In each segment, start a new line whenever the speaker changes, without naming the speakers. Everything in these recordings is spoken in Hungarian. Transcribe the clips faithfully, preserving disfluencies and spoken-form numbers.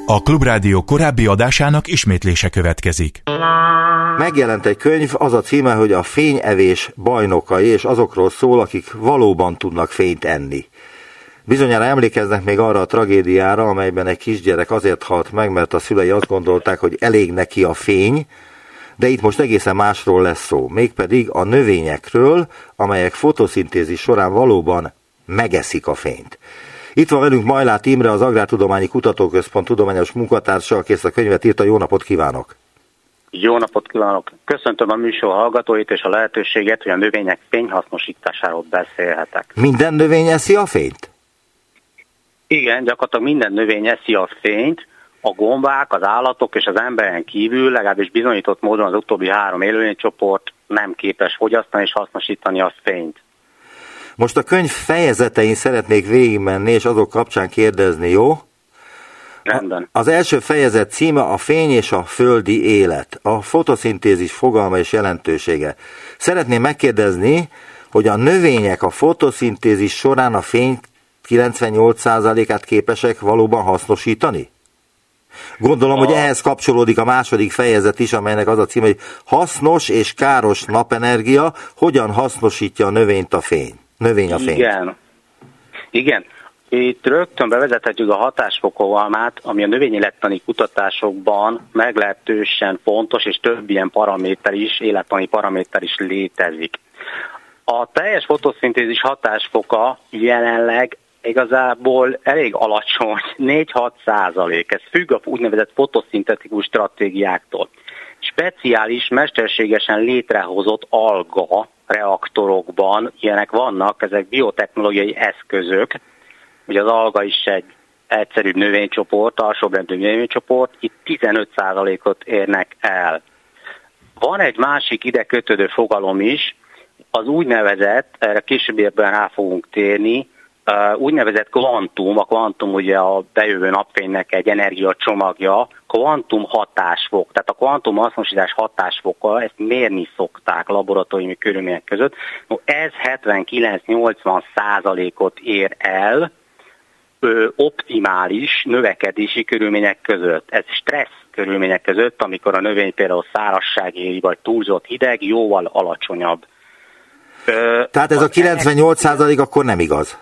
A Klubrádió korábbi adásának ismétlése következik.
Megjelent egy könyv, az a címe, hogy a fényevés bajnokai, és azokról szól, akik valóban tudnak fényt enni. Bizonyára emlékeznek még arra a tragédiára, amelyben egy kisgyerek azért halt meg, mert a szülei azt gondolták, hogy elég neki a fény, de itt most egészen másról lesz szó, mégpedig a növényekről, amelyek fotoszintézis során valóban megeszik a fényt. Itt van velünk Majláth Imre, az Agrártudományi Kutatóközpont tudományos munkatársa, aki ezt a könyvet írta. Jó napot kívánok!
Jó napot kívánok! Köszöntöm a műsor hallgatóit és a lehetőséget, hogy a növények fényhasznosításáról beszélhetek.
Minden növény eszi a fényt?
Igen, gyakorlatilag minden növény eszi a fényt, a gombák, az állatok és az emberen kívül, legalábbis bizonyított módon az utóbbi három élőlénycsoport nem képes fogyasztani és hasznosítani a fényt.
Most a könyv fejezetein szeretnék végigmenni, és azok kapcsán kérdezni, jó?
Rendben.
Az első fejezet címe a fény és a földi élet, a fotoszintézis fogalma és jelentősége. Szeretném megkérdezni, hogy a növények a fotoszintézis során a fény kilencvennyolc százalékát képesek valóban hasznosítani? Gondolom, a... hogy ehhez kapcsolódik a második fejezet is, amelynek az a címe, hogy hasznos és káros napenergia, hogyan hasznosítja a növényt a fény. Növény a fényt.
Igen. Igen. Itt rögtön bevezethetjük a hatásfogalmát, ami a növényélettani kutatásokban meglehetősen fontos, és több ilyen paraméter is, élettani paraméter is létezik. A teljes fotoszintézis hatásfoka jelenleg igazából elég alacsony, négy-hat százalék. Ez függ a úgynevezett fotoszintetikus stratégiáktól. Speciális, mesterségesen létrehozott alga reaktorokban ilyenek vannak, ezek biotechnológiai eszközök. Ugye az alga is egy egyszerűbb növénycsoport, alsóbrendű növénycsoport, itt tizenöt százalékot érnek el. Van egy másik ide kötődő fogalom is, az úgynevezett, erre későbbiekben rá fogunk térni, úgynevezett kvantum, a kvantum ugye a bejövő napfénynek egy energiacsomagja, kvantum hatásfok, tehát a kvantum hasznosítás hatásfoka, ezt mérni szokták laboratóriumi körülmények között, no, ez hetvenkilenc-nyolcvan százalékot ér el ö, optimális növekedési körülmények között. Ez stressz körülmények között, amikor a növény például szárazság éri, vagy túlzott hideg, jóval alacsonyabb. Ö,
Tehát ez a kilencvennyolc százalék akkor nem igaz?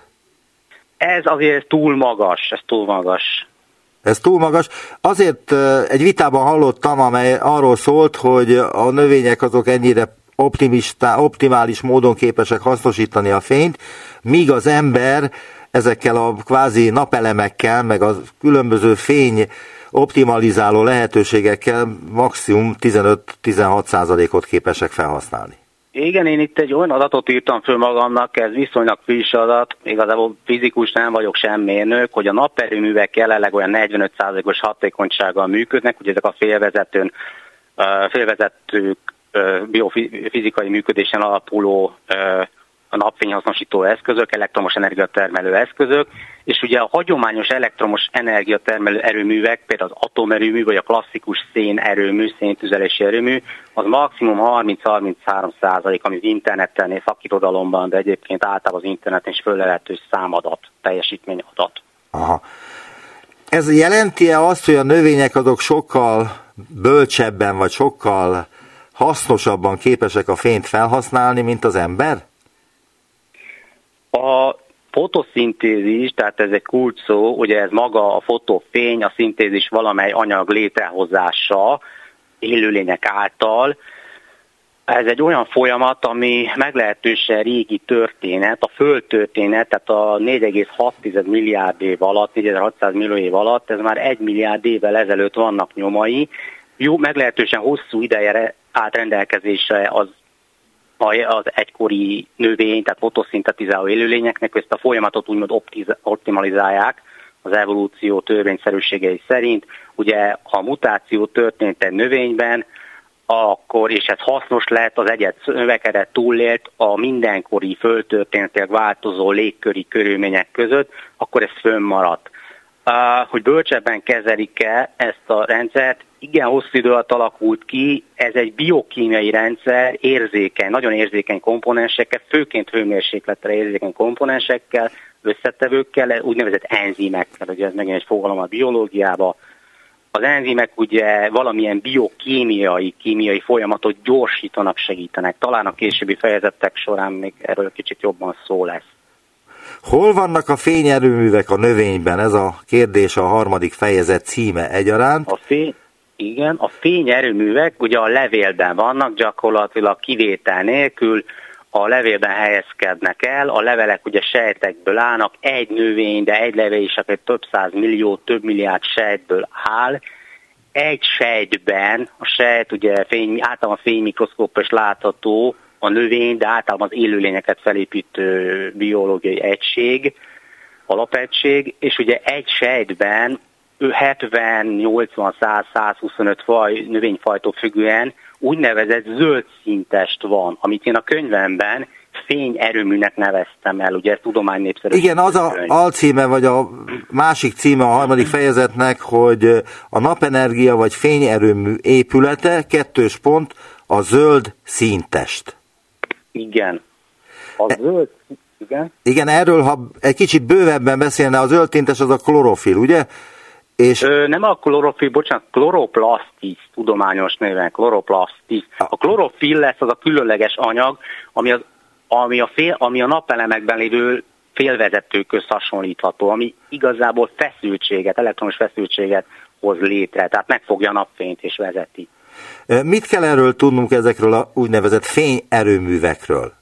Ez azért túl magas, ez túl magas.
Ez túl magas. Azért egy vitában hallottam, amely arról szólt, hogy a növények azok ennyire optimista, optimális módon képesek hasznosítani a fényt, míg az ember ezekkel a kvázi napelemekkel, meg a különböző fény optimalizáló lehetőségekkel maximum tizenöt-tizenhat százalékot képesek felhasználni.
Igen, én itt egy olyan adatot írtam föl magamnak, ez viszonylag friss adat, igazából fizikus nem vagyok sem mérnök, hogy a naperőművek jelenleg olyan negyvenöt százalékos hatékonysággal működnek, ugye ezek a félvezetőn, félvezetők biofizikai működésen alapuló a napfényhasznosító eszközök, elektromos energiatermelő eszközök, és ugye a hagyományos elektromos energiatermelő erőművek, például az atomerőmű, vagy a klasszikus szénerőmű, széntüzelési erőmű, az maximum harminc-harminchárom százalék, ami az interneten, szakirodalomban, de egyébként általában az interneten is fölelhető számadat, teljesítményadat.
Aha. Ez jelenti-e azt, hogy a növények azok sokkal bölcsebben, vagy sokkal hasznosabban képesek a fényt felhasználni, mint az ember?
A fotoszintézis, tehát ez egy kulcs szó, ugye ez maga a fotofény, a szintézis valamely anyag létrehozása élőlények által. Ez egy olyan folyamat, ami meglehetősen régi történet, a földtörténet, tehát a négy egész hat milliárd év alatt, négyezer-hatszáz millió év alatt, ez már egy milliárd évvel ezelőtt vannak nyomai. Jó, meglehetősen hosszú ideje állt rendelkezésre az az egykori növény, tehát fotoszintetizáló élőlényeknek ezt a folyamatot úgymond optimalizálják az evolúció törvényszerűségei szerint. Ugye, ha mutáció történt egy növényben, akkor, és ez hasznos lett, az egyet növekedett, túlélt a mindenkori földtörténetileg változó légköri körülmények között, akkor ez fönnmaradt. Uh, hogy bölcsebben kezelik-e ezt a rendszert, igen hosszú idő alatt alakult ki, ez egy biokémiai rendszer, érzékeny, nagyon érzékeny komponensekkel, főként hőmérsékletre érzékeny komponensekkel, összetevőkkel, úgynevezett enzimekkel, ugye ez megint egy fogalom a biológiában, Az enzimek ugye valamilyen biokémiai, kémiai folyamatot gyorsítanak, segítenek. Talán a későbbi fejezetek során még erről kicsit jobban szó lesz.
Hol vannak a fényerőművek a növényben? Ez a kérdés a harmadik fejezet címe egyaránt.
A fény, igen, a fényerőművek ugye a levélben vannak, gyakorlatilag kivétel nélkül a levélben helyezkednek el. A levelek ugye sejtekből állnak, egy növény, de egy levél is akár több száz millió, több milliárd sejtből áll. Egy sejtben, a sejt ugye fény, általában a fénymikroszkóppal is látható, a növény, de általában az élőlényeket felépítő biológiai egység, alapegység, és ugye egy sejtben hetven, nyolcvan, száz, százhuszonöt faj, növényfajtól függően úgynevezett zöld színtest van, amit én a könyvemben fényerőműnek neveztem el, ugye ez tudománynépszerű.
Igen, az a alcíme, vagy a másik címe a harmadik fejezetnek, hogy a napenergia vagy fényerőmű épülete, kettős pont, a zöld színtest.
Igen. A zöld, igen.
Igen, erről, ha egy kicsit bővebben beszélne, a zöld színtes az a klorofil, ugye? És...
Ö, nem a klorofil, bocsánat, kloroplasztis, tudományos néven, kloroplasztis. A klorofil lesz az a különleges anyag, ami, az, ami, a, fél, ami a napelemekben lévő félvezetőköz hasonlítható, ami igazából feszültséget, elektronos feszültséget hoz létre, tehát megfogja a napfényt és vezeti.
Mit kell erről tudnunk ezekről a úgynevezett fényerőművekről?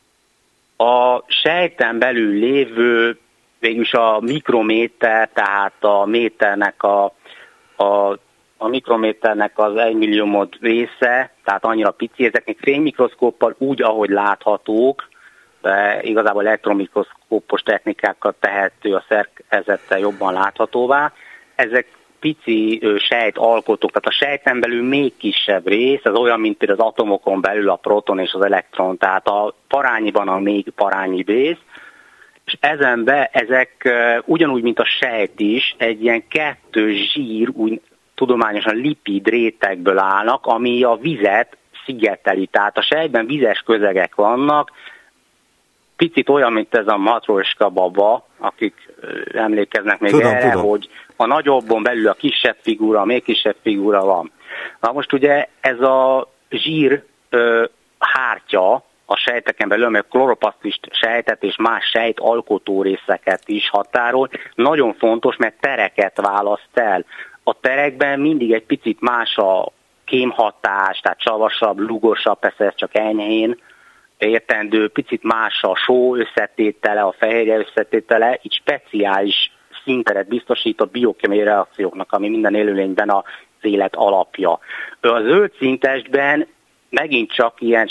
A sejten belül lévő, végülis a mikrométer, tehát a méternek a, a, a mikrométernek az egymilliómod része, tehát annyira pici, ezek még fénymikroszkóppal úgy, ahogy láthatók, de igazából elektronmikroszkópos technikákkal tehető a szerkezettel jobban láthatóvá. Ezek pici sejtalkotók, tehát a sejten belül még kisebb rész, ez olyan, mint például az atomokon belül a proton és az elektron, tehát a parányiban a még parányi rész, és ezenbe ezek ugyanúgy, mint a sejt is, egy ilyen kettő zsír, úgy tudományosan lipid rétegből állnak, ami a vizet szigeteli, tehát a sejtben vizes közegek vannak, picit olyan, mint ez a matrioska baba, akik emlékeznek még tudom, erre, tudom. Hogy a nagyobbon belül a kisebb figura, a még kisebb figura van. Na most ugye ez a zsír ö, hártya a sejteken belül, amely a kloroplasztist sejtet és más sejt alkotó részeket is határol, nagyon fontos, mert tereket választ el. A terekben mindig egy picit más a kémhatás, tehát csavasabb, lugosabb, persze ez csak enyhén értendő, picit más a só összetétele, a fehérje összetétele, így speciális színteret biztosít a biokémiai reakcióknak, ami minden élőlényben az élet alapja. A zöld színtestben megint csak ilyen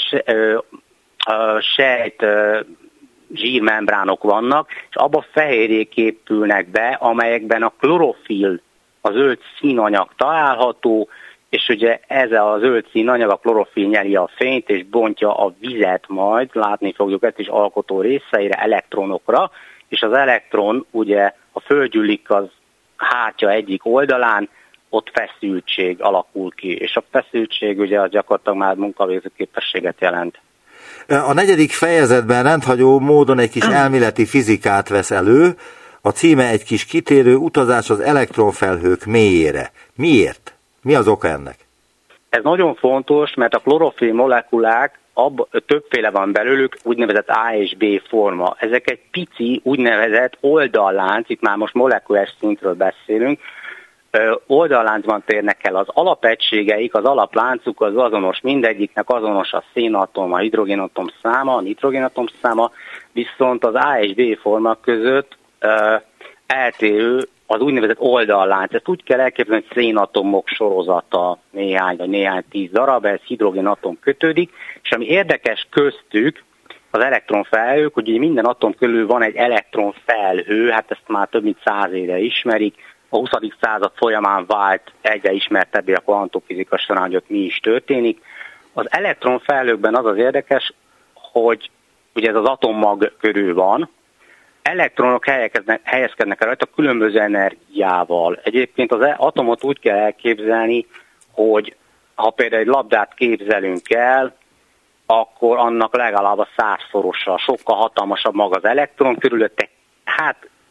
sejt zsírmembránok vannak, és abba fehérjék képülnek be, amelyekben a klorofil, a zöld színanyag található, és ugye ez a zöld színanyag, a klorofil nyeli a fényt, és bontja a vizet majd, látni fogjuk ezt is alkotó részeire, elektronokra, és az elektron ugye, ha földgyűlik az hátja egyik oldalán, ott feszültség alakul ki, és a feszültség ugye az gyakorlatilag már munkavégző képességet jelent.
A negyedik fejezetben rendhagyó módon egy kis elméleti fizikát vesz elő, a címe egy kis kitérő utazás az elektronfelhők mélyére. Miért? Mi az oka ennek?
Ez nagyon fontos, mert a klorofil molekulák, abba, többféle van belőlük, úgynevezett A és B forma. Ezek egy pici, úgynevezett oldallánc, itt már most molekulás szintről beszélünk, oldalláncban térnek el az alapegységeik, az alapláncuk az azonos, mindegyiknek azonos a szénatom, a hidrogénatom száma, a nitrogénatom száma, viszont az A és B forma között uh, eltérő az úgynevezett oldallánc. Ezt úgy kell elképzelni, hogy szénatomok sorozata néhány vagy néhány tíz darab, ez hidrogénatom kötődik, és ami érdekes köztük, az elektronfelhők, hogy minden atom körül van egy elektronfelhő, hát ezt már több mint száz éve ismerik, a huszadik század folyamán vált egyre ismertebbé a kvantumfizika során, hogy ott mi is történik. Az elektronfelhőkben az az érdekes, hogy ugye ez az atommag körül van, elektronok helyezkednek el rajta különböző energiával. Egyébként az atomot úgy kell elképzelni, hogy ha például egy labdát képzelünk el, akkor annak legalább a százszorosa, sokkal hatalmasabb maga az elektron, körülötte hát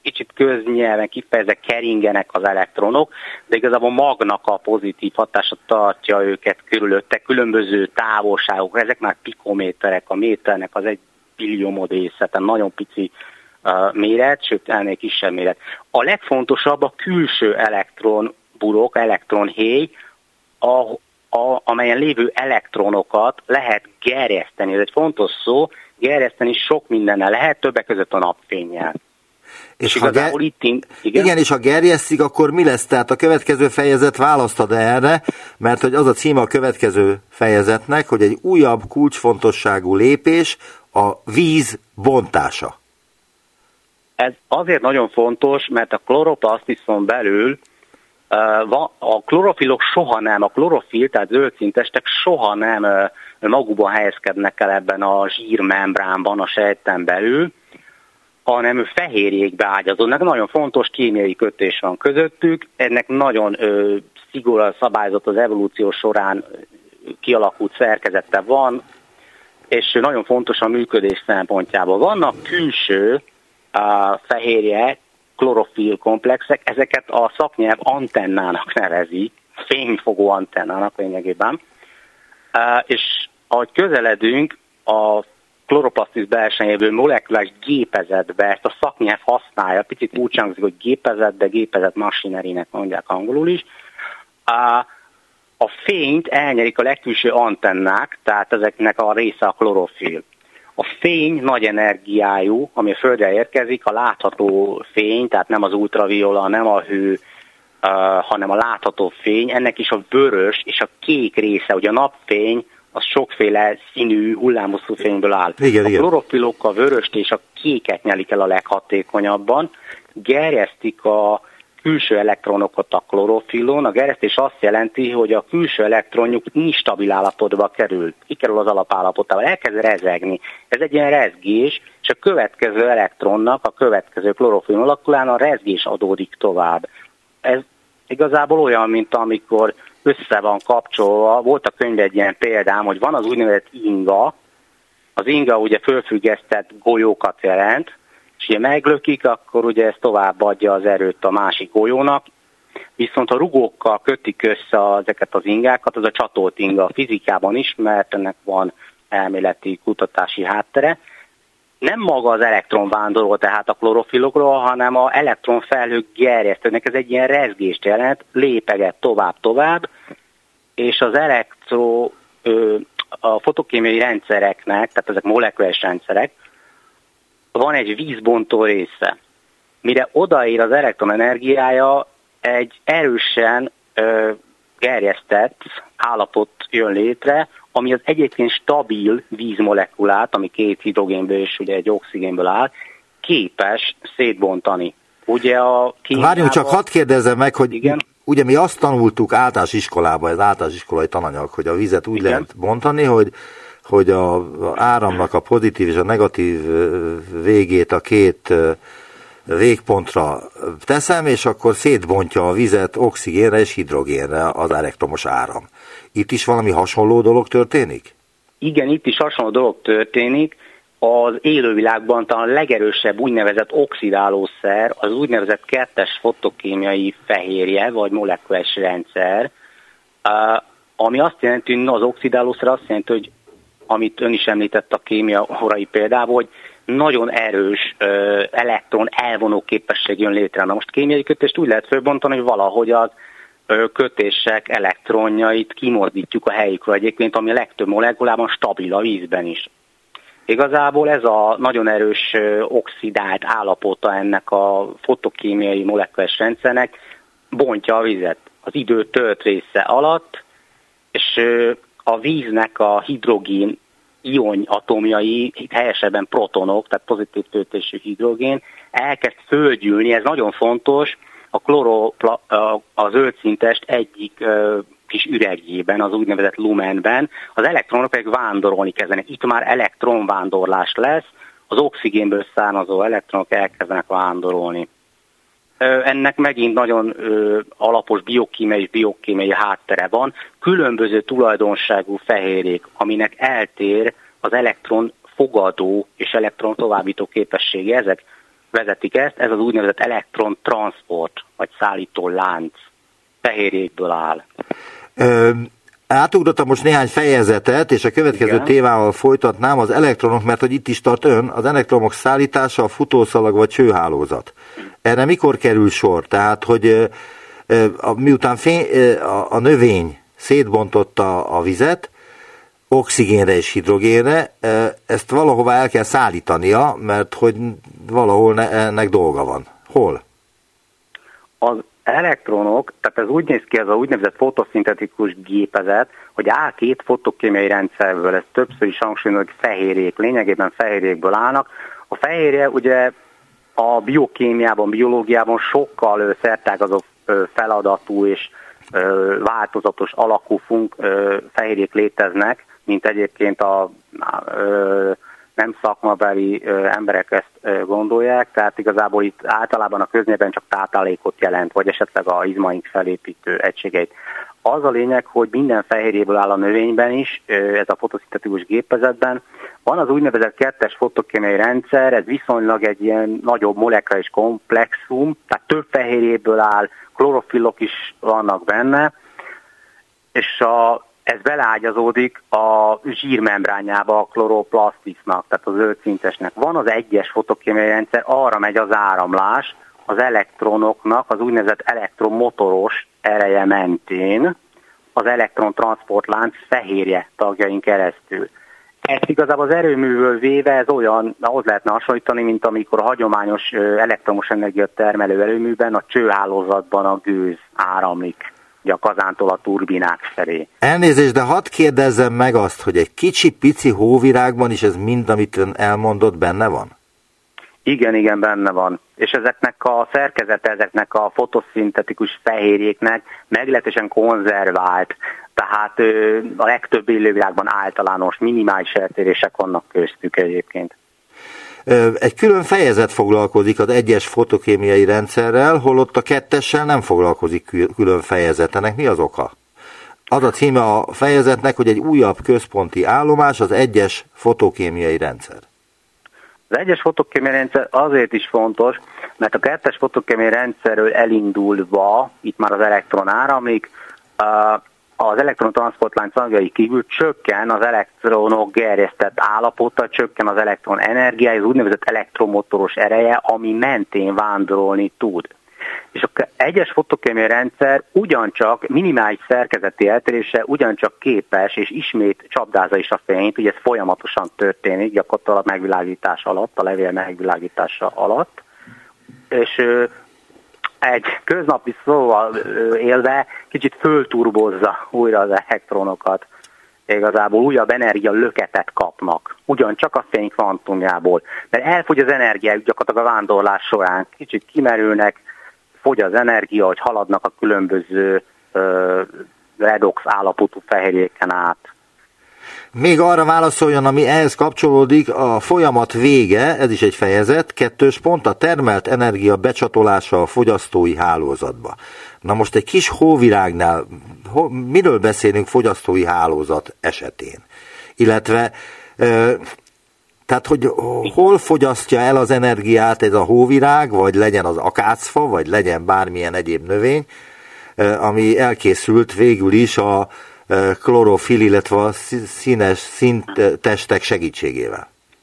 kicsit köznyelven kifejezve keringenek az elektronok, de igazából magnak a pozitív hatása tartja őket körülötte, különböző távolságok, ezek már pikométerek, a méternek az egy billiómod része, tehát nagyon pici uh, méret, sőt ennél kisebb méret. A legfontosabb a külső elektronburok, elektronhéj, a, a, amelyen lévő elektronokat lehet gerjeszteni. Ez egy fontos szó, gerjeszteni sok mindennel lehet, többek között a napfénnyel.
És,
és
ha ger...
itt in... igen?
igen, és ha gerjesztik, akkor mi lesz? Tehát a következő fejezet választad erre, mert hogy az a címe a következő fejezetnek, hogy egy újabb kulcsfontosságú lépés a víz bontása.
Ez azért nagyon fontos, mert a kloroplasztiszon belül uh, a klorofilok soha nem, a klorofil, tehát zöldszíntestek soha nem uh, magukban helyezkednek el ebben a zsírmembránban, a sejten belül, hanem fehérjékbe ágyazódnak. Nagyon fontos kémiai kötés van közöttük, ennek nagyon ö, szigorúan szabályozott az evolúció során kialakult szerkezete van, és nagyon fontos a működés szempontjából. Vannak külső a fehérje, klorofil komplexek, ezeket a szaknyelv antennának nevezi, fényfogó antennának lényegében, és ahogy közeledünk a kloroplasztisz belsejéből molekuláris gépezetbe, ezt a szaknyelv használja, picit úgy hangzik, hogy gépezet, de gépezet machinerynek mondják angolul is. A fényt elnyerik a legkülső antennák, tehát ezeknek a része a klorofil. A fény nagy energiájú, ami a Földre érkezik, a látható fény, tehát nem az ultraviola, nem a hő, hanem a látható fény, ennek is a vörös és a kék része, ugye a napfény, az sokféle színű, hullámhosszú fényből áll.
Igen,
a
igen.
klorofilok a vöröst és a kéket nyelik el a leghatékonyabban, gerjesztik a külső elektronokat a klorofilon. A gerjesztés azt jelenti, hogy a külső elektronjuk instabil állapotba kerül, kikerül az alapállapotával, elkezd rezegni. Ez egy ilyen rezgés, és a következő elektronnak, a következő klorofil molekulán a rezgés adódik tovább. Ez igazából olyan, mint amikor össze van kapcsolva. Volt a könyvben egy ilyen példám, hogy van az úgynevezett inga. Az inga ugye fölfüggesztett golyókat jelent, és ugye meglökik, akkor ugye ez továbbadja az erőt a másik golyónak. Viszont ha rugókkal kötik össze ezeket az ingákat, az a csatolt inga a fizikában ismert, ennek van elméleti kutatási háttere. Nem maga az elektron vándorol tehát a klorofilokról, hanem a elektronfelhők gerjesztőnek, ez egy ilyen rezgést jelent, lépeget tovább-tovább, és az elektro, a fotokémiai rendszereknek, tehát ezek molekuláris rendszerek, van egy vízbontó része. Mire odaér az elektron energiája, egy erősen ö, gerjesztett állapot jön létre, ami az egyébként stabil vízmolekulát, ami két hidrogénből és ugye egy oxigénből áll, képes szétbontani. Ugye a kémiában...
Várjunk csak, hadd kérdezzem meg, hogy
igen?
Ugye mi azt tanultuk általános iskolában, ez általános iskolai tananyag, hogy a vizet úgy igen. lehet bontani, hogy hogy a, a áramnak a pozitív és a negatív végét a két végpontra teszem, és akkor szétbontja a vizet oxigénre és hidrogénre az elektromos áram. Itt is valami hasonló dolog történik?
Igen, itt is hasonló dolog történik. Az élővilágban talán a legerősebb úgynevezett oxidálószer, az úgynevezett kettes fotokémiai fehérje, vagy molekuláris rendszer, ami azt jelenti, hogy az oxidálószer azt jelenti, hogy amit ön is említett a kémia horai példában, hogy nagyon erős ö, elektron elvonó képesség jön létre. Na most kémiai kötést úgy lehet fölbontani, hogy valahogy az ö, kötések elektronjait kimozdítjuk a helyükről egyébként, ami a legtöbb molekulában stabil a vízben is. Igazából ez a nagyon erős ö, oxidált állapota ennek a fotokémiai molekuláris rendszernek bontja a vizet az idő tölt része alatt, és ö, a víznek a hidrogén ion atomjai, helyesebben protonok, tehát pozitív töltésű hidrogén, elkezd fölgyűlni, ez nagyon fontos, a kloro, a zöldszíntest egyik kis üregjében, az úgynevezett lumenben, az elektronok pedig vándorolni kezdenek. Itt már elektronvándorlás lesz, az oxigénből származó elektronok elkezdenek vándorolni. Ennek megint nagyon ö, alapos biokémiai és biokémiai háttere van. Különböző tulajdonságú fehérjék, aminek eltér az elektron fogadó és elektron továbbító képessége. Ezek vezetik ezt, ez az úgynevezett elektrontranszport, vagy szállító lánc. Fehérjékből áll.
Ö, átugrottam most néhány fejezetet, és a következő Igen. témával folytatnám az elektronok, mert hogy itt is tart ön, az elektronok szállítása, a futószalag vagy csőhálózat. Erre mikor kerül sor? Tehát, hogy miután fény, a, a növény szétbontotta a vizet, oxigénre és hidrogénre, ezt valahová el kell szállítania, mert hogy valahol ne, ennek dolga van. Hol?
Az elektronok, tehát ez úgy néz ki, ez a úgynevezett fotoszintetikus gépezet, hogy áll két fotokémiai rendszerből, ez többször is hangsúlyozom, hogy fehérjék, lényegében fehérjékből állnak. A fehérje ugye a biokémiában, biológiában sokkal szertágazó feladatú és változatos alakú funk, fehérjék léteznek, mint egyébként a, a nem szakmabeli emberek ezt gondolják, tehát igazából itt általában a köznyelven csak táplálékot jelent, vagy esetleg a izmaink felépítő egységeit. Az a lényeg, hogy minden fehérjéből áll a növényben is, ez a fotoszintetikus gépezetben. Van az úgynevezett kettes fotokémiai rendszer, ez viszonylag egy ilyen nagyobb molekuláris komplexum, tehát több fehérjéből áll, klorofillok is vannak benne, és a ez beleágyazódik a zsírmembránjába a kloroplasztisznak, tehát az zöldszintesnek. Van az egyes fotokémiai rendszer, arra megy az áramlás az elektronoknak az úgynevezett elektromotoros ereje mentén az elektrontranszportlánc fehérje tagjain keresztül. Ezt igazából az erőművől véve ez olyan, ahhoz lehetne hasonlítani, mint amikor a hagyományos elektromos energia termelő erőműben a csőhálózatban a gőz áramlik a kazántól a turbinák felé.
Elnézést, de hadd kérdezzem meg azt, hogy egy kicsi pici hóvirágban is ez mind, amit ön elmondott, benne van?
Igen, igen, benne van. És ezeknek a szerkezete, ezeknek a fotoszintetikus fehérjéknek meglehetősen konzervált, tehát a legtöbb élővilágban általános, minimális eltérések vannak köztük egyébként.
Egy külön fejezet foglalkozik az egyes fotokémiai rendszerrel, holott a kettessel nem foglalkozik külön fejezet. Ennek mi az oka? Az a címe a fejezetnek, hogy egy újabb központi állomás az egyes fotokémiai rendszer.
Az egyes fotokémiai rendszer azért is fontos, mert a kettes fotokémiai rendszerről elindulva, itt már az elektron áramlik, az elektrontranszportlánc tagjai kívül csökken az elektronok gerjesztett állapota, csökken az elektron energiája, az úgynevezett elektromotoros ereje, ami mentén vándorolni tud. És az egyes fotokémiai rendszer ugyancsak minimális szerkezeti eltérése ugyancsak képes, és ismét csapdázza is a fényt, ugye ez folyamatosan történik, gyakorlatilag a megvilágítás alatt, a levél megvilágítása alatt, és egy köznapi szóval élve kicsit fölturbozza újra az elektronokat. Igazából újabb energia löketet kapnak. Ugyancsak a fény kvantumjából. Mert elfogy az energiájuk gyakorlatilag a vándorlás során. Kicsit kimerülnek, fogy az energia, hogy haladnak a különböző ö, redox állapotú fehérjéken át.
Még arra válaszoljon, ami ehhez kapcsolódik, a folyamat vége, ez is egy fejezet, kettős pont, a termelt energia becsatolása a fogyasztói hálózatba. Na most egy kis hóvirágnál ho, miről beszélünk fogyasztói hálózat esetén? Illetve, e, tehát, hogy hol fogyasztja el az energiát ez a hóvirág, vagy legyen az akácfa, vagy legyen bármilyen egyéb növény, e, ami elkészült végül is a klorofil, illetve a színes színtestek segítségével.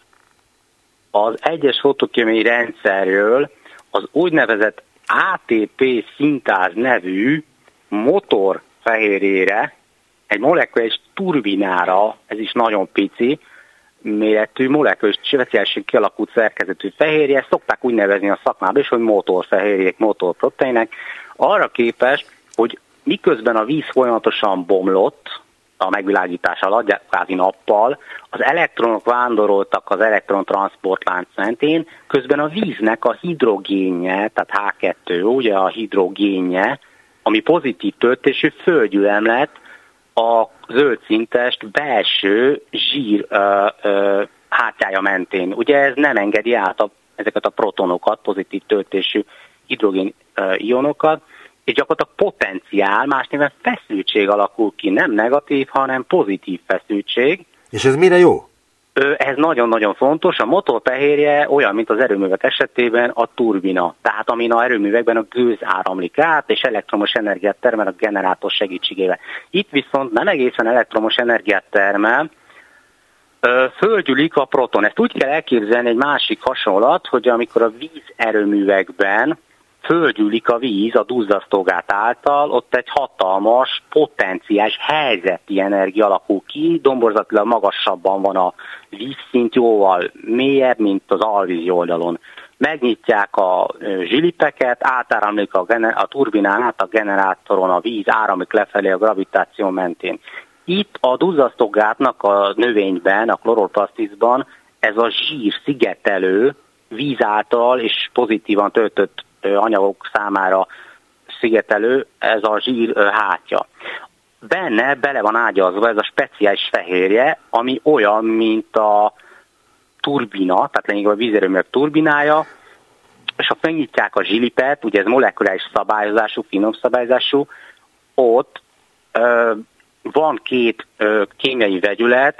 Az egyes fotokémiai rendszerről az úgynevezett á té pé szintáz nevű motorfehérjére, egy molekuláris turbinára, ez is nagyon pici méretű, molekuláris speciálisan kialakult szerkezetű fehérje, szokták úgy nevezni a szakmában is, hogy motorfehérjék, motorproteinek, arra képes, hogy miközben a víz folyamatosan bomlott a megvilágítás alatt, kvázi nappal, az elektronok vándoroltak az elektrontranszportlánc mentén, közben a víznek a hidrogénje, tehát há kettő, ugye a hidrogénje, ami pozitív töltésű földgyülemlet a zöldszintest belső zsír ö, ö, hátjája mentén. Ugye ez nem engedi át a, ezeket a protonokat, pozitív töltésű hidrogén ö, ionokat, és gyakorlatilag potenciál, más néven feszültség alakul ki, nem negatív, hanem pozitív feszültség.
És ez mire jó?
Ez nagyon-nagyon fontos. A motorfehérje olyan, mint az erőművek esetében a turbina. Tehát amin a erőművekben a gőz áramlik át, és elektromos energiát termel a generátor segítségével. Itt viszont nem egészen elektromos energiát termel, földgyűlik a proton. Ezt úgy kell elképzelni, egy másik hasonlat, hogy amikor a vízerőművekben földgyűlik a víz a duzzasztógát által, ott egy hatalmas, potenciális helyzeti energia alakul ki, domborzatilag magasabban van a vízszint, jóval mélyebb, mint az alvízi oldalon. Megnyitják a zsilipeket, átáramlik a, gener- a turbinán át a generátoron a víz, áramlik lefelé a gravitáció mentén. Itt a duzzasztógátnak a növényben, a chloroplastiszban ez a zsír szigetelő, víz által és pozitívan töltött anyagok számára szigetelő, ez a zsír hátja. Benne bele van ágyazva ez a speciális fehérje, ami olyan, mint a turbina, tehát lényegében a vízerőművek turbinája, és ha megnyitják a zsilipet, ugye ez molekuláris szabályozású, finom szabályozású, ott ö, van két ö, kémiai vegyület,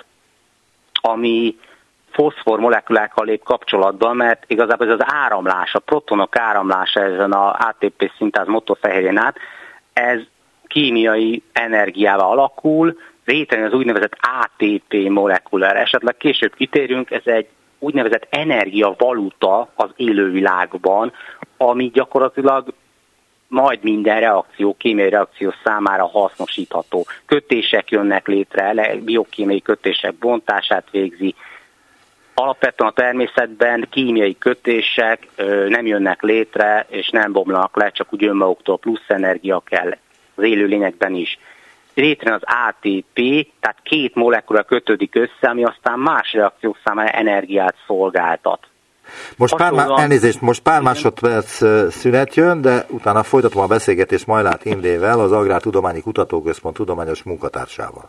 ami foszfor molekulákkal lép kapcsolatban, mert igazából ez az áramlás, a protonok áramlása ezen a á té pé szintáz motorfehérjén át, ez kémiai energiával alakul, létrejön az úgynevezett á té pé molekulára. Esetleg később kitérünk, ez egy úgynevezett energiavaluta az élővilágban, ami gyakorlatilag majd minden reakció, kémiai reakció számára hasznosítható. Kötések jönnek létre, biokémiai kötések bontását végzi. Alapvetően a természetben kémiai kötések ö, nem jönnek létre, és nem bomlanak le, csak úgy önmaguktól plusz energia kell az élőlényekben is. Létrejön az á té pé, tehát két molekula kötődik össze, ami aztán más reakciók számára energiát szolgáltat.
Most pár, má- elnézést, most pár másodperc szünet jön, de utána folytatom a beszélgetést Majlát Imrével, az Agrártudományi Kutatóközpont tudományos munkatársával.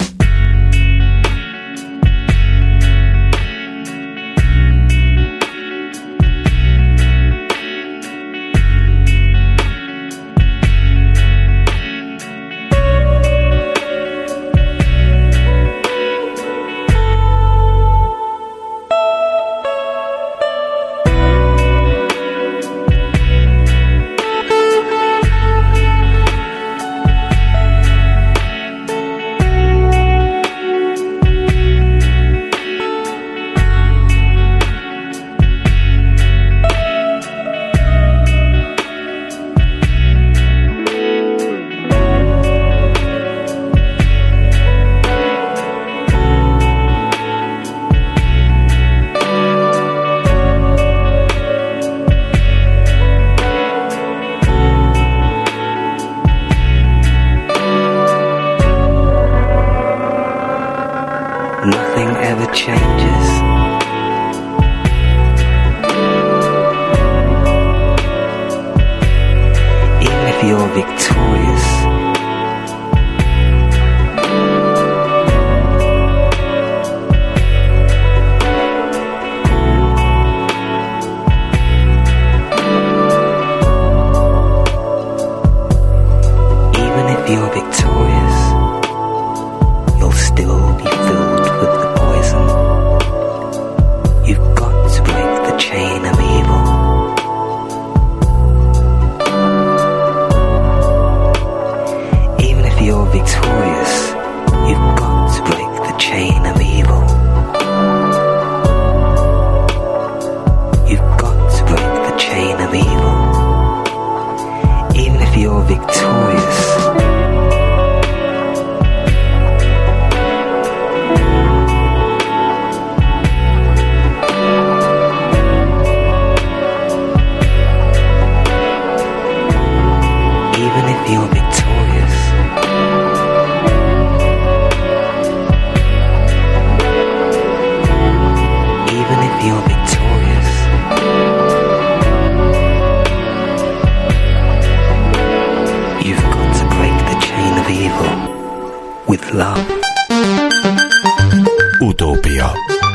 Utópia.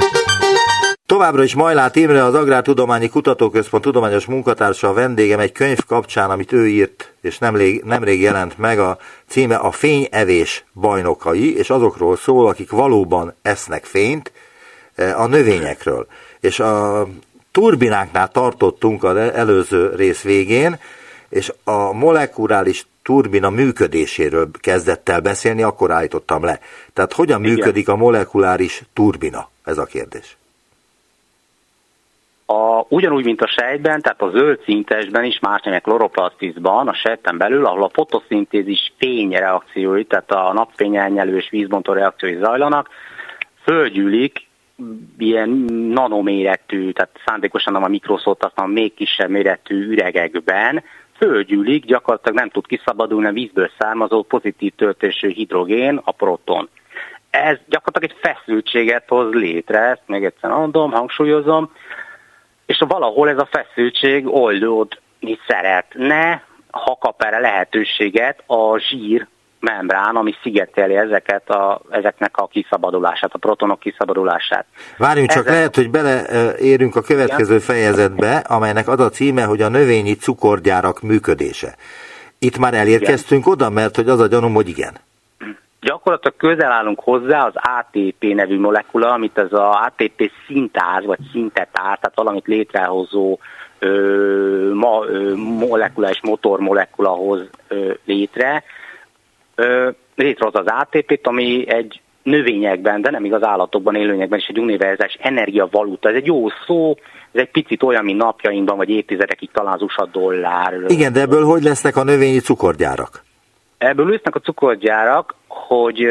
Továbbra is Majlát Imre, az Agrártudományi Kutatóközpont tudományos munkatársa, a vendégem egy könyv kapcsán, amit ő írt, és nemrég, nemrég jelent meg, a címe a Fényevés bajnokai, és azokról szól, akik valóban esznek fényt. a növényekről. És a turbináknál tartottunk az előző rész végén, és a molekuláris turbina működéséről kezdett el beszélni, akkor állítottam le. Tehát hogyan Igen. működik a molekuláris turbina? Ez a kérdés.
A, ugyanúgy, mint a sejtben, tehát a zöld színtesben is, más nevek kloroplasztiszban, a sejten belül, ahol a fotoszintézis fényreakciói, tehát a napfényelnyelő és vízbontó reakciói zajlanak, fölgyűlik ilyen nanoméretű, tehát szándékosan nem a mikroszót, aztán még kisebb méretű üregekben, fölgyűlik, gyakorlatilag nem tud kiszabadulni a vízből származó pozitív töltésű hidrogén, a proton. Ez gyakorlatilag egy feszültséget hoz létre, ezt még egyszer mondom, hangsúlyozom, és valahol ez a feszültség oldódni szeretne, ha kap erre lehetőséget a zsír membrán, ami szigeteli ezeket a, ezeknek a kiszabadulását, a protonok kiszabadulását.
Várjunk csak, Ezen... lehet, hogy beleérünk a következő fejezetbe, amelynek az a címe, hogy a növényi cukorgyárak működése. Itt már elérkeztünk igen. oda, mert hogy az a gyanúm, hogy igen.
Gyakorlatilag közel állunk hozzá az á té pé nevű molekula, amit ez az á té pé szintáz, vagy szintetár, tehát valamit létrehozó ö, ma, ö, molekula és motormolekula hoz ö, létre. Ö, létrehoz az á té pét, ami egy növényekben, de nem igaz állatokban, élőnyekben is egy univerzális energiavaluta. Ez egy jó szó, ez egy picit olyan, mint napjainkban, vagy évtizedekig talán az u es á dollár.
Igen, de ebből hogy lesznek a növényi cukorgyárak?
Ebből lesznek a cukorgyárak, hogy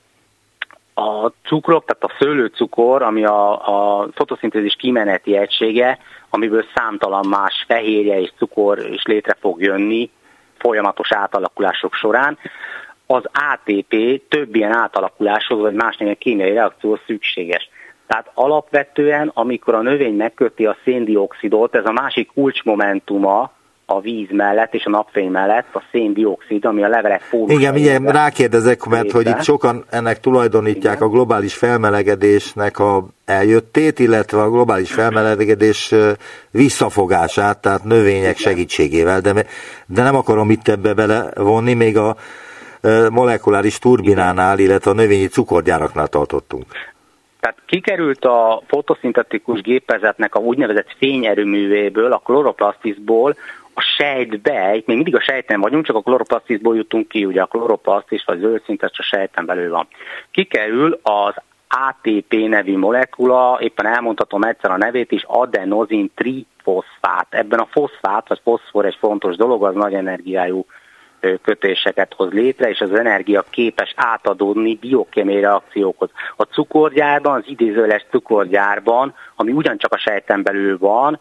a cukrok, tehát a szőlőcukor, ami a, a fotoszintézis kimeneti egysége, amiből számtalan más fehérje és cukor is létre fog jönni folyamatos átalakulások során, az á té pé több ilyen átalakuláshoz, vagy más néven kémiai reakcióhoz szükséges. Tehát alapvetően, amikor a növény megköti a széndioxidot, ez a másik kulcsmomentuma a víz mellett és a napfény mellett, a széndioxid, ami a levelek fólusai.
Igen, igen, rákérdezek, mert hogy itt sokan ennek tulajdonítják igen. a globális felmelegedésnek a eljöttét, illetve a globális felmelegedés visszafogását, tehát növények igen. segítségével, de, de nem akarom itt ebbe belevonni, még a molekuláris turbinánál, illetve a növényi cukorgyáraknál tartottunk.
Tehát kikerült a fotoszintetikus gépezetnek a úgynevezett fényerőművéből, a kloroplasztiszból, a sejtbe, itt még mindig a sejten vagyunk, csak a kloroplasztiszból jutunk ki, ugye a kloroplasztisz vagy zöldszintes a sejten belül van. Kikerül az á té pé nevű molekula, éppen elmondhatom egyszer a nevét is, adenozin trifoszfát. Ebben a foszfát, vagy foszfor egy fontos dolog, az nagy energiájú kötéseket hoz létre, és az energia képes átadódni biokémiai reakciókhoz. A cukorgyárban, az idézőjeles cukorgyárban, ami ugyancsak a sejten belül van,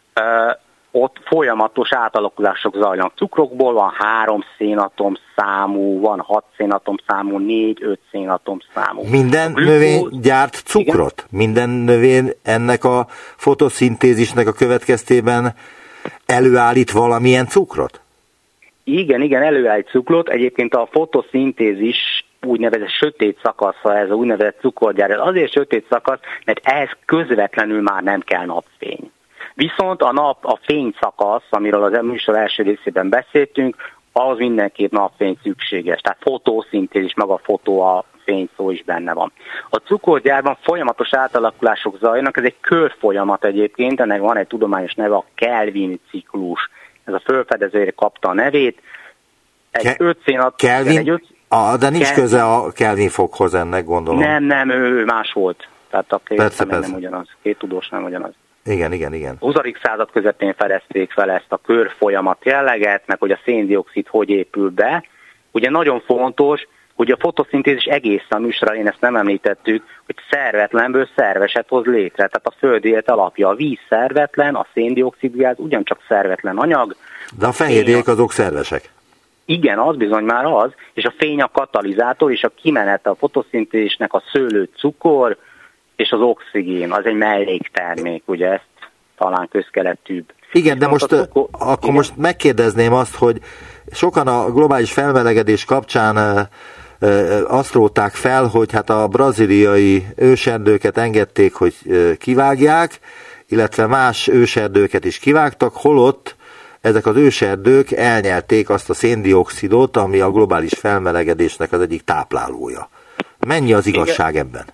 ott folyamatos átalakulások zajlanak. Cukrokból van három szénatom számú, van hat szénatom számú, négy, öt szénatom számú.
Minden glükóz... növény gyárt cukrot? Igen? Minden növény ennek a fotoszintézisnek a következtében előállít valamilyen cukrot?
Igen, igen, előállít cukrot. Egyébként a fotoszintézis úgynevezett sötét szakasza, ez a úgynevezett cukorgyár. Ez azért sötét szakasz, mert ehhez közvetlenül már nem kell napfény. Viszont a nap, a fényszakasz, amiről az műsor első részében beszéltünk, az mindenképp napfény szükséges. Tehát fotoszintézis, maga a fotó, a fény szó is benne van. A cukorgyárban folyamatos átalakulások zajlanak, ez egy körfolyamat egyébként, ennek van egy tudományos neve, a Kelvin ciklus. Ez a fölfedezőjére kapta a nevét. Egy Ke- öt szénat...
Kelvin?
Egy öt...
Ah, de nincs Kelvin. Köze a Kelvin fokhoz ennek, gondolom.
Nem, nem, ő más volt. Tehát a két
persze, persze.
nem ugyanaz. Két tudós nem ugyanaz.
Igen, igen, igen.
huszadik század közepén fedezték fel ezt a körfolyamat jelleget, meg hogy a széndioxid hogy épül be. Ugye nagyon fontos, hogy a fotoszintézis egész a műsorra, én ezt nem említettük, hogy szervetlenből szerveset hoz létre. Tehát a föld élet alapja. A víz szervetlen, a széndioxidgáz ugyancsak szervetlen anyag.
De a fehérjék azok szervesek.
Igen, az bizony már az, és a fény a katalizátor, és a kimenete a fotoszintézisnek a szőlőcukor, és az oxigén, az egy melléktermék, ugye ezt talán közkeletűbb.
Igen, de most, cukor... akkor igen? most megkérdezném azt, hogy sokan a globális felmelegedés kapcsán azt rótták fel, hogy hát a brazíliai őserdőket engedték, hogy kivágják, illetve más őserdőket is kivágtak, holott ezek az őserdők elnyelték azt a széndioxidot, ami a globális felmelegedésnek az egyik táplálója. Mennyi az igazság igen. ebben?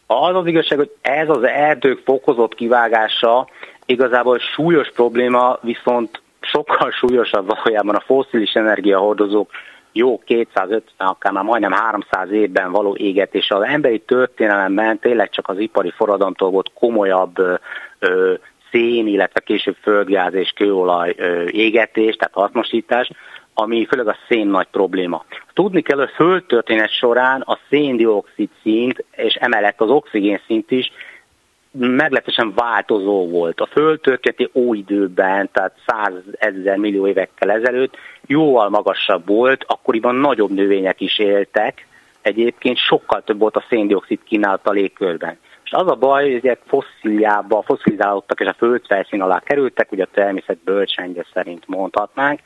Az az igazság, hogy ez az erdők fokozott kivágása igazából súlyos probléma, viszont sokkal súlyosabb valójában a fosszilis energiahordozók jó kétszázötven, akár már majdnem háromszáz évben való égetés. Az emberi történelemben tényleg csak az ipari forradalomtól volt komolyabb ö, ö, szén, illetve később földgáz és kőolaj ö, égetés, tehát hasznosítás, ami főleg a szén nagy probléma. Tudni kell, hogy a földtörténet során a széndioxid szint, és emellett az oxigén szint is meglehetősen változó volt. A földtörténeti óidőben, tehát százezer millió évekkel ezelőtt jóval magasabb volt, akkoriban nagyobb növények is éltek, egyébként sokkal több volt a széndioxid kínálat a légkörben. És az a baj, hogy ezek fosszíliába, fosszilizálódtak és a földfelszín alá kerültek, ugye a természet bölcsendje szerint mondhatnánk,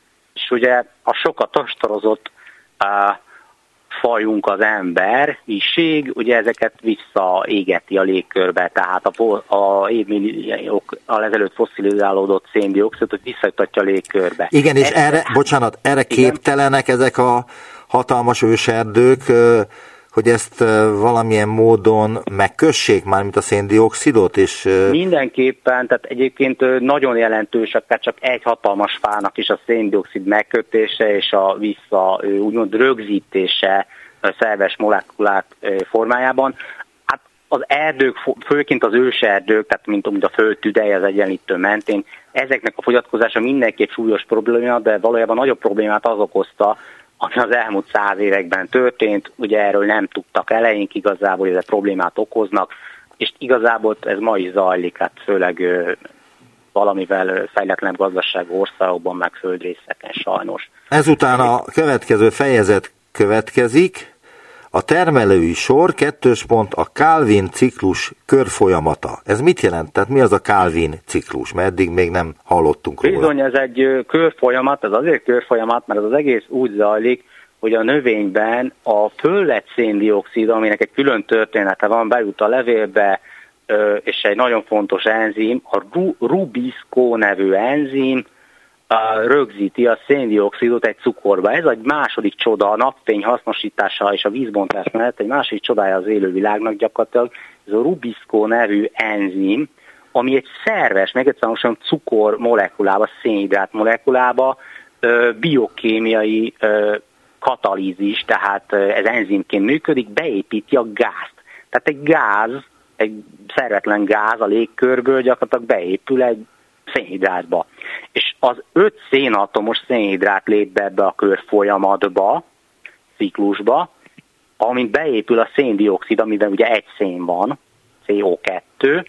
és ugye a sokat ostorozott uh, fajunk, az emberiség, ugye ezeket visszaégeti a légkörbe, tehát a, a évmilliókkal ezelőtt fosszilizálódott széndioxidot visszajutatja a légkörbe.
Igen, és
Ez,
erre, bocsánat, erre igen. képtelenek ezek a hatalmas őserdők, hogy ezt valamilyen módon megkössék már, mint a széndioxidot? És...
Mindenképpen, tehát egyébként nagyon jelentős, akár csak egy hatalmas fának is a széndioxid megkötése és a vissza úgymond rögzítése a szerves molekulák formájában. Hát az erdők, főként az őserdők, tehát mint a föld tüdeje az egyenlítő mentén, ezeknek a fogyatkozása mindenképp súlyos probléma, de valójában nagyobb problémát az okozta, ami az elmúlt száz években történt, ugye erről nem tudtak eleink igazából, hogy ezek problémát okoznak, és igazából ez ma is zajlik, hát főleg ö, valamivel fejletlen gazdaságú országokban, meg földrészeken sajnos.
Ezután a következő fejezet következik, a termelői sor, kettős pont, a Calvin ciklus körfolyamata. Ez mit jelent? Tehát mi az a Calvin ciklus? Mert eddig még nem hallottunk róla.
Bizony, ez egy körfolyamat, ez azért körfolyamat, mert ez az egész úgy zajlik, hogy a növényben a fölvett széndioxid, aminek egy külön története van, bejut a levélbe, és egy nagyon fontos enzim, a Rubisco nevű enzim, rögzíti a széndioxidot egy cukorba. Ez egy második csoda, a napfény hasznosítása és a vízbontás mellett egy második csodája az élővilágnak gyakorlatilag. Ez a Rubisco nevű enzim, ami egy szerves, meg egyszerűen cukor molekulába, szénhidrát molekulába biokémiai katalízis, tehát ez enzimként működik, beépíti a gázt. Tehát egy gáz, egy szervetlen gáz a légkörből gyakorlatilag beépül egy szénhidrátba. És az öt szénatomos szénhidrát lép be ebbe a körfolyamatba, ciklusba, amint beépül a széndioxid, amiben ugye egy szén van, cé o kettő,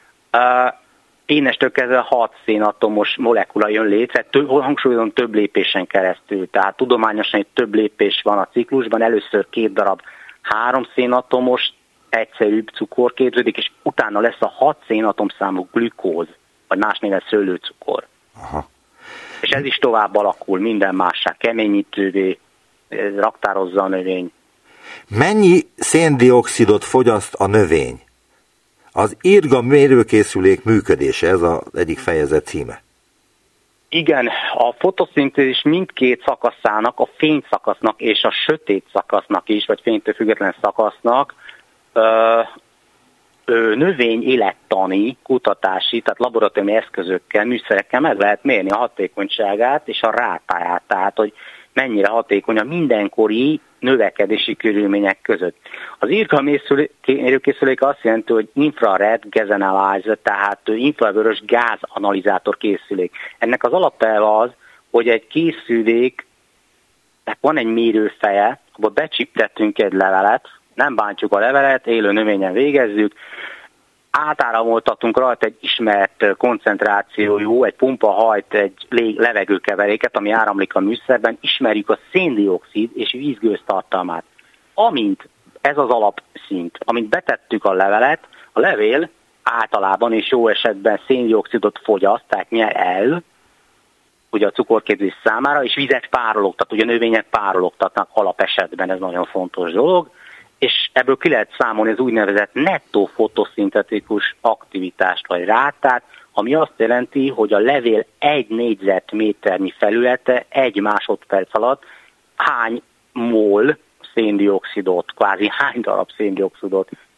innestől kezdve hat szénatomos molekula jön létre, több, hangsúlyozom több lépésen keresztül, tehát tudományosan egy több lépés van a ciklusban, először két darab három szénatomos egyszerűbb cukor képződik, és utána lesz a hat szénatomszámú glükóz, vagy más néven szőlőcukor. Aha. És ez is tovább alakul, minden mássá, keményítővé, raktározza a növény.
Mennyi széndioxidot fogyaszt a növény? Az irga mérőkészülék működése, ez az egyik fejezet címe.
Igen, a fotoszintézis mindkét szakaszának, a fényszakasznak és a sötét szakasznak is, vagy fénytől független szakasznak ö, ö, növény élettani, kutatási, tehát laboratóriumi eszközökkel, műszerekkel meg lehet mérni a hatékonyságát és a rátáját, tehát hogy mennyire hatékony a mindenkori növekedési körülmények között. Az irga mérőkészülék azt jelenti, hogy infrared gas analyzer, tehát infravörös gázanalizátor készülék. Ennek az alapelve az, hogy egy készüléknek van egy mérőfeje, abban becsiptettünk egy levelet, nem bántjuk a levelet, élő növényen végezzük, átáramoltatunk rajta egy ismert koncentrációjú, egy pumpa hajt egy levegőkeveréket, ami áramlik a műszerben, ismerjük a széndioxid és vízgőz tartalmát. Amint ez az alapszint, amint betettük a levelet, a levél általában és jó esetben széndioxidot fogyaszt, tehát nyer el, ugye a cukorképzés számára, és vizet párologtat, ugye a növények párologtatnak alapesetben, ez nagyon fontos dolog, és ebből ki lehet számolni az úgynevezett nettó fotoszintetikus aktivitást vagy rátát, ami azt jelenti, hogy a levél egy négyzetméternyi felülete egy másodperc alatt hány mol széndioxidot, kvázi hány darab széndioxidot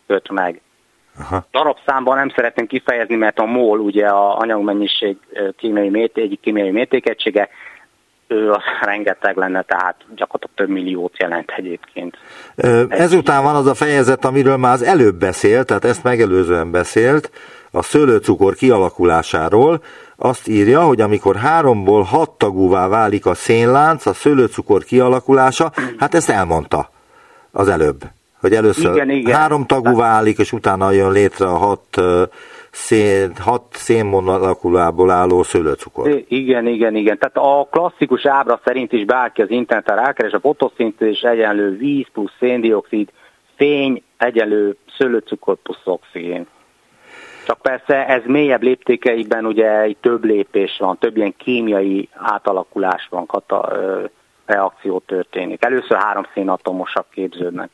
köt meg.
Aha.
Darabszámban nem szeretném kifejezni, mert a mol, ugye a anyagmennyiség kémiai mérték, egyik kémiai mértékegysége, ő az rengeteg lenne, tehát gyakorlatilag több milliót jelent egyébként.
Ezután van az a fejezet, amiről már az előbb beszélt, tehát ezt megelőzően beszélt, a szőlőcukor kialakulásáról. Azt írja, hogy amikor háromból hat tagúvá válik a szénlánc, a szőlőcukor kialakulása, hát ezt elmondta az előbb, hogy először igen, igen. három tagú válik, és utána jön létre a hat szén, hat szénmolekulából álló szőlőcukor.
Igen, igen, igen. Tehát a klasszikus ábra szerint is bárki az interneten rákeres, a fotoszintézis egyenlő víz plusz széndioxid, fény egyenlő szőlőcukor plusz oxigén. Csak persze ez mélyebb léptékeiben ugye több lépés van, több ilyen kémiai átalakulás van, kata, ö, reakció történik. Először három szénatomosak képződnek.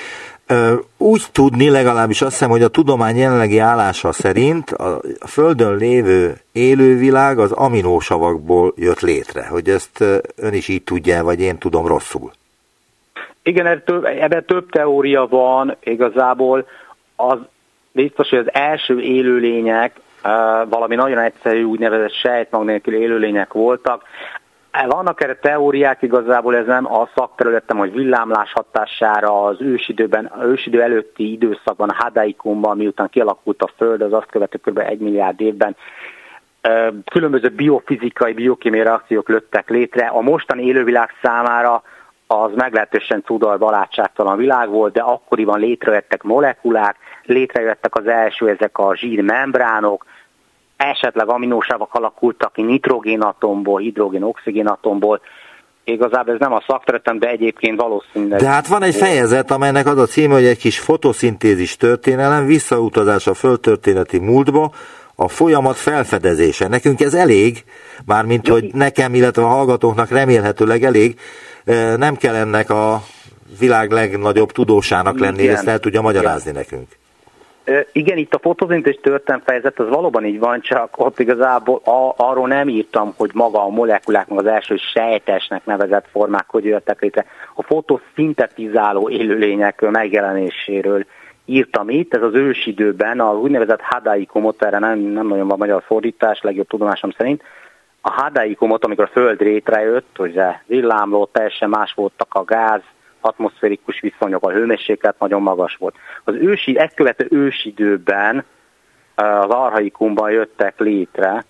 Úgy tudni, legalábbis azt hiszem, hogy a tudomány jelenlegi állása szerint a Földön lévő élővilág az aminósavakból jött létre, hogy ezt ön is így tudja, vagy én tudom rosszul.
Igen, ebben több teória van igazából. Az biztos, hogy az első élőlények valami nagyon egyszerű úgynevezett sejtmag nélkül élőlények voltak. Vannak erre teóriák, igazából ez nem a szakterületem, hogy villámlás hatására az ősidőben, az ősidő előtti időszakban, a Hadaikumban, miután kialakult a Föld, az azt követő kb. egy milliárd évben különböző biofizikai, biokémiai reakciók lőttek létre. A mostani élővilág számára az meglehetősen cudar-barátságtalan világ volt, de akkoriban létrejöttek molekulák, létrejöttek az első ezek a zsírmembránok, esetleg aminósavak alakultak ki nitrogénatomból, hidrogén-oxigénatomból. Igazából ez nem a szakterületem, de egyébként valószínűleg...
De hát van egy fejezet, amelynek az a címe, hogy egy kis fotoszintézis történelem, visszautazás a földtörténeti múltba, a folyamat felfedezése. Nekünk ez elég, mármint hogy nekem, illetve a hallgatóknak remélhetőleg elég, nem kell ennek a világ legnagyobb tudósának lenni, ezt el tudja magyarázni igen. nekünk.
Igen, itt a fotoszintézis történelem fejezet, az valóban így van, csak ott igazából a, arról nem írtam, hogy maga a molekulák, meg az első sejtesnek nevezett formák hogy jöttek létre. A fotoszintetizáló élőlények megjelenéséről írtam itt, ez az ősidőben, az úgynevezett Hadaikumot, erre nem, nem nagyon van magyar fordítás, legjobb tudomásom szerint. A Hadaikumot, amikor a Föld létrejött, hogy villámlott, teljesen más voltak a gáz, atmoszférikus viszonyok, a hőmérséklet nagyon magas volt. Az ősi, ezt követő ősidőben az Archaikumban jöttek létre